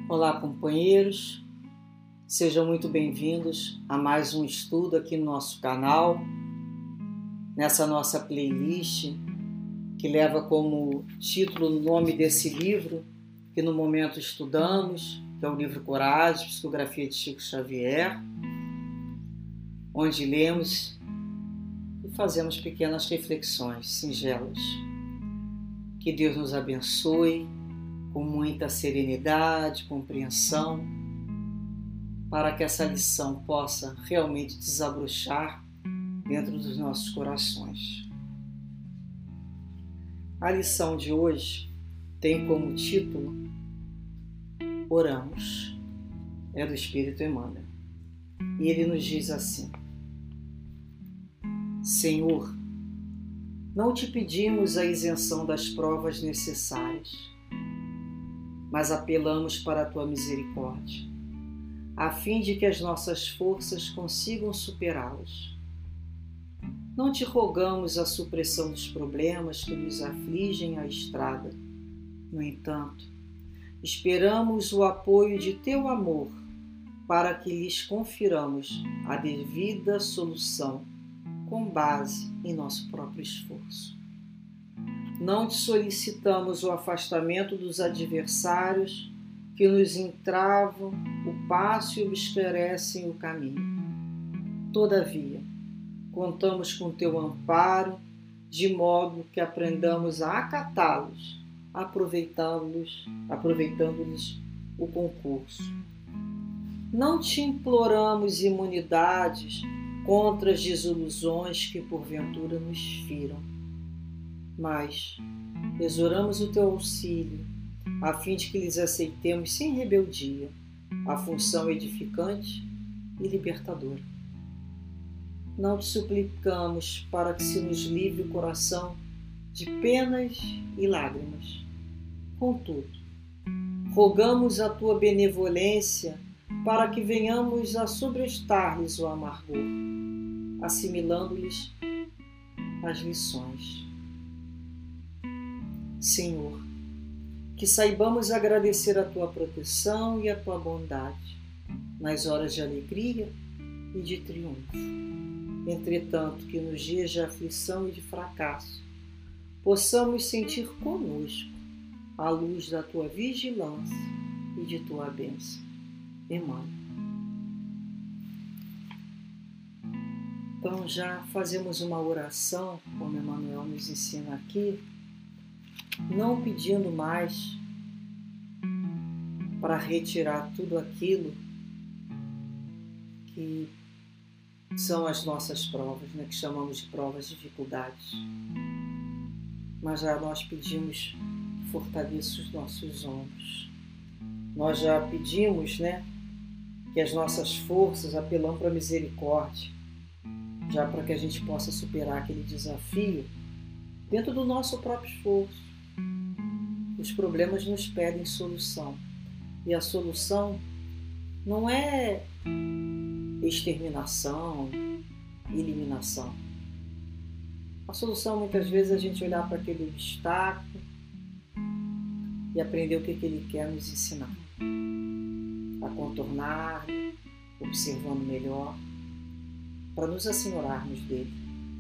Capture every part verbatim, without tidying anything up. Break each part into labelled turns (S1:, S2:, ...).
S1: Olá, companheiros, sejam muito bem-vindos a mais um estudo aqui no nosso canal, nessa nossa playlist que leva como título o nome desse livro que no momento estudamos, que é o livro Coragem, Psicografia de Chico Xavier, onde lemos e fazemos pequenas reflexões singelas. Que Deus nos abençoe com muita serenidade, compreensão, para que essa lição possa realmente desabrochar dentro dos nossos corações. A lição de hoje tem como título Oramos, é do Espírito Emmanuel, e ele nos diz assim: Senhor, não te pedimos a isenção das provas necessárias, mas apelamos para a tua misericórdia, a fim de que as nossas forças consigam superá-las. Não te rogamos a supressão dos problemas que nos afligem a estrada. No entanto, esperamos o apoio de teu amor para que lhes confiramos a devida solução com base em nosso próprio esforço. Não te solicitamos o afastamento dos adversários que nos entravam o passo e obscurecem o caminho. Todavia, contamos com teu amparo, de modo que aprendamos a acatá-los, aproveitá-los, aproveitando-lhes o concurso. Não te imploramos imunidades contra as desilusões que porventura nos firam, mas exoramos o teu auxílio, a fim de que lhes aceitemos sem rebeldia a função edificante e libertadora. Não te suplicamos para que se nos livre o coração de penas e lágrimas. Contudo, rogamos a tua benevolência para que venhamos a sobrestar-lhes o amargor, assimilando-lhes as lições. Senhor, que saibamos agradecer a tua proteção e a tua bondade nas horas de alegria e de triunfo. Entretanto, que nos dias de aflição e de fracasso possamos sentir conosco a luz da tua vigilância e de tua bênção. Emmanuel. Então já fazemos uma oração, como Emmanuel nos ensina aqui, não pedindo mais para retirar tudo aquilo que são as nossas provas, né, que chamamos de provas, dificuldades. Mas já nós pedimos que fortaleça os nossos ombros. Nós já pedimos, né, que as nossas forças apelam para a misericórdia, já para que a gente possa superar aquele desafio dentro do nosso próprio esforço. Os problemas nos pedem solução. E a solução não é exterminação, eliminação. A solução muitas vezes é a gente olhar para aquele obstáculo e aprender o que, que ele quer nos ensinar. A contornar, observando melhor, para nos assenhorarmos dele.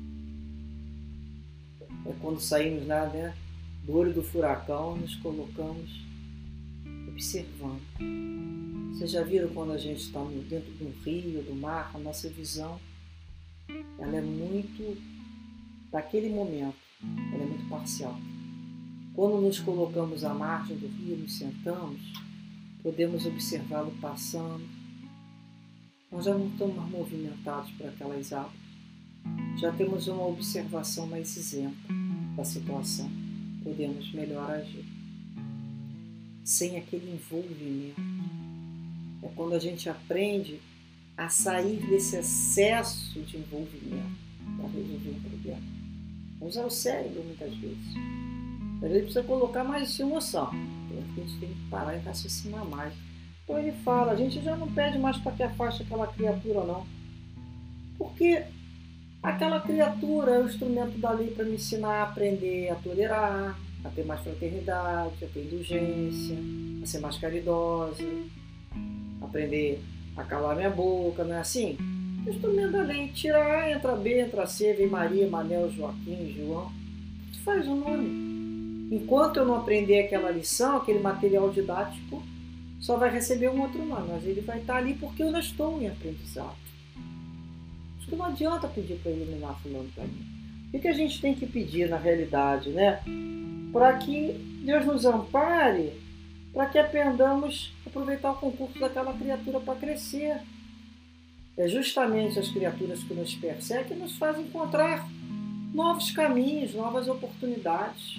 S1: É quando saímos lá, né, do olho do furacão, nos colocamos observando. Vocês já viram quando a gente está dentro de um rio, do mar, a nossa visão, ela é muito, daquele momento, ela é muito parcial. Quando nos colocamos à margem do rio, nos sentamos, podemos observá-lo passando. Nós já não estamos mais movimentados por aquelas águas. Já temos uma observação mais isenta da situação. Podemos melhor agir. Sem aquele envolvimento. É quando a gente aprende a sair desse excesso de envolvimento para resolver um problema. Usar o cérebro muitas vezes. Às vezes precisa colocar mais emoção. A gente tem que parar e raciocinar mais. Então ele fala, a gente já não pede mais para que afaste aquela criatura não. Porque aquela criatura é o instrumento da lei para me ensinar a aprender a tolerar, a ter mais fraternidade, a ter indulgência, a ser mais caridosa, aprender a calar minha boca, não é assim? O instrumento da lei, tira A, entra B, entra C, vem Maria, Manel, Joaquim, João, tu faz o nome. Enquanto eu não aprender aquela lição, aquele material didático, só vai receber um outro nome, mas ele vai estar ali porque eu não estou em aprendizado. Acho que não adianta pedir para eliminar fulano para mim. O que a gente tem que pedir na realidade, né? Para que Deus nos ampare, para que aprendamos a aproveitar o concurso daquela criatura para crescer. É justamente as criaturas que nos perseguem que nos fazem encontrar novos caminhos, novas oportunidades.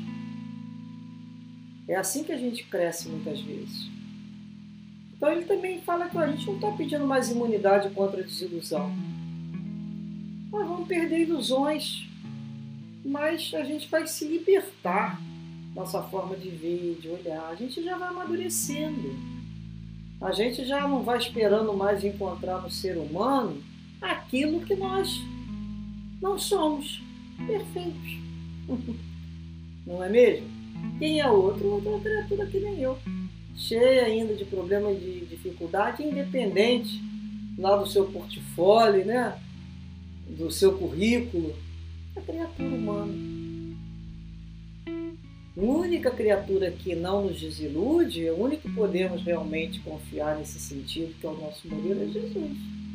S1: É assim que a gente cresce muitas vezes. Então ele também fala que a gente não está pedindo mais imunidade contra a desilusão. Nós vamos perder ilusões, mas a gente vai se libertar nossa forma de ver, de olhar. A gente já vai amadurecendo. A gente já não vai esperando mais encontrar no ser humano aquilo que nós não somos, perfeitos. Não é mesmo? Quem é outro? Outra criatura que nem eu. Cheia ainda de problemas e de dificuldade, independente lá do seu portfólio, né? Do seu currículo. É criatura humana. A única criatura que não nos desilude, o único que podemos realmente confiar nesse sentido, que é o nosso modelo, é Jesus.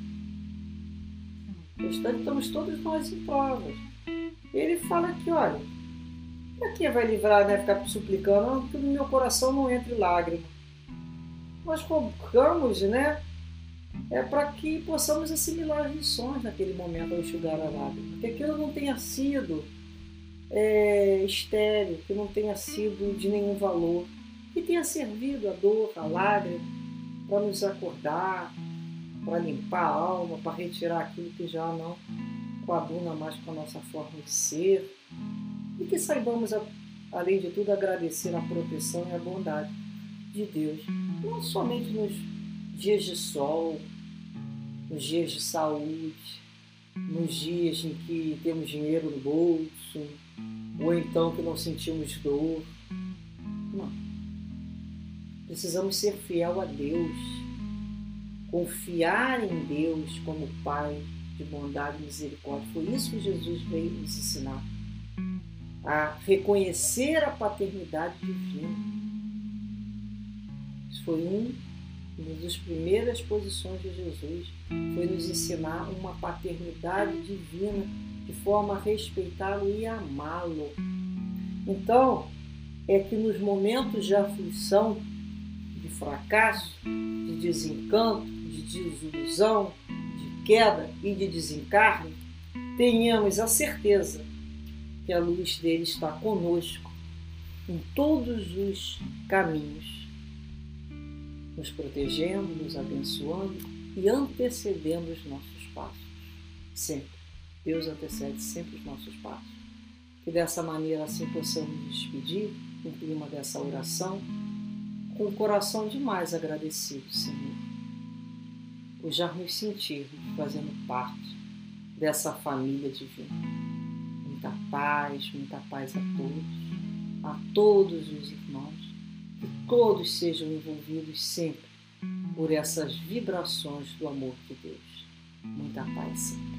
S1: Portanto, estamos todos nós em provas. Ele fala que, olha, para que vai livrar, né, ficar suplicando, que no meu coração não entre lágrima. Nós colocamos, né, é para que possamos assimilar as lições naquele momento ao enxugar a lágrima. Que aquilo não tenha sido é, estéril, que não tenha sido de nenhum valor, que tenha servido a dor, a lágrima, para nos acordar, para limpar a alma, para retirar aquilo que já não coaduna mais com a nossa forma de ser. E que saibamos, além de tudo, agradecer a proteção e a bondade de Deus, não somente nos dias de sol, nos dias de saúde, nos dias em que temos dinheiro no bolso, ou então que não sentimos dor. Não. Precisamos ser fiel a Deus, confiar em Deus como Pai de bondade e misericórdia. Foi isso que Jesus veio nos ensinar, a reconhecer a paternidade divina. Isso foi um, uma das primeiras posições de Jesus, foi nos ensinar uma paternidade divina de forma a respeitá-lo e amá-lo. Então, é que nos momentos de aflição, de fracasso, de desencanto, de desilusão, de queda e de desencarne, tenhamos a certeza que a luz dele está conosco em todos os caminhos, nos protegendo, nos abençoando e antecedendo os nossos passos. Sempre. Deus antecede sempre os nossos passos. Que dessa maneira assim possamos nos despedir no clima dessa oração, com o coração demais agradecido, Senhor, por já nos sentirmos fazendo parte dessa família divina. Muita paz, muita paz a todos, a todos os irmãos, que todos sejam envolvidos sempre por essas vibrações do amor de Deus. Muita paz sempre.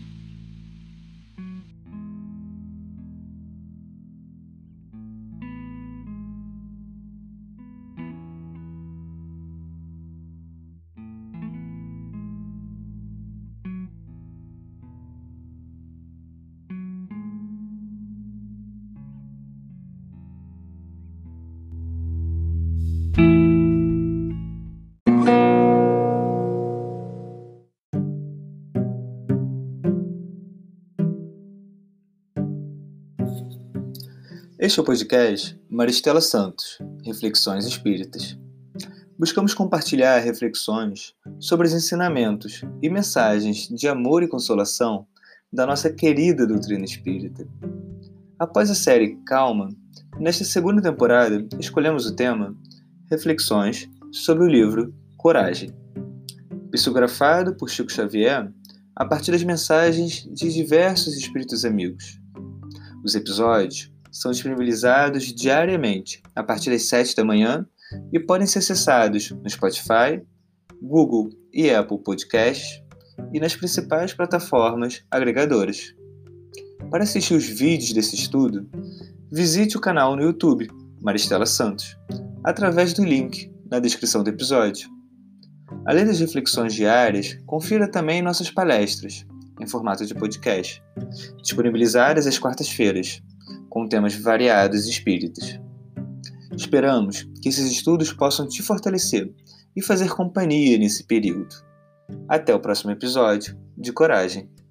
S2: Este é o podcast Maristela Santos, Reflexões Espíritas. Buscamos compartilhar reflexões sobre os ensinamentos e mensagens de amor e consolação da nossa querida doutrina espírita. Após a série Calma, nesta segunda temporada escolhemos o tema Reflexões sobre o livro Coragem, psicografado por Chico Xavier a partir das mensagens de diversos espíritos amigos. Os episódios são disponibilizados diariamente a partir das sete da manhã e podem ser acessados no Spotify, Google e Apple Podcasts e nas principais plataformas agregadoras. Para assistir os vídeos desse estudo, visite o canal no YouTube Maristela Santos, através do link na descrição do episódio. Além das reflexões diárias, confira também nossas palestras, em formato de podcast, disponibilizadas às quartas-feiras, com temas variados e espíritas. Esperamos que esses estudos possam te fortalecer e fazer companhia nesse período. Até o próximo episódio de Coragem.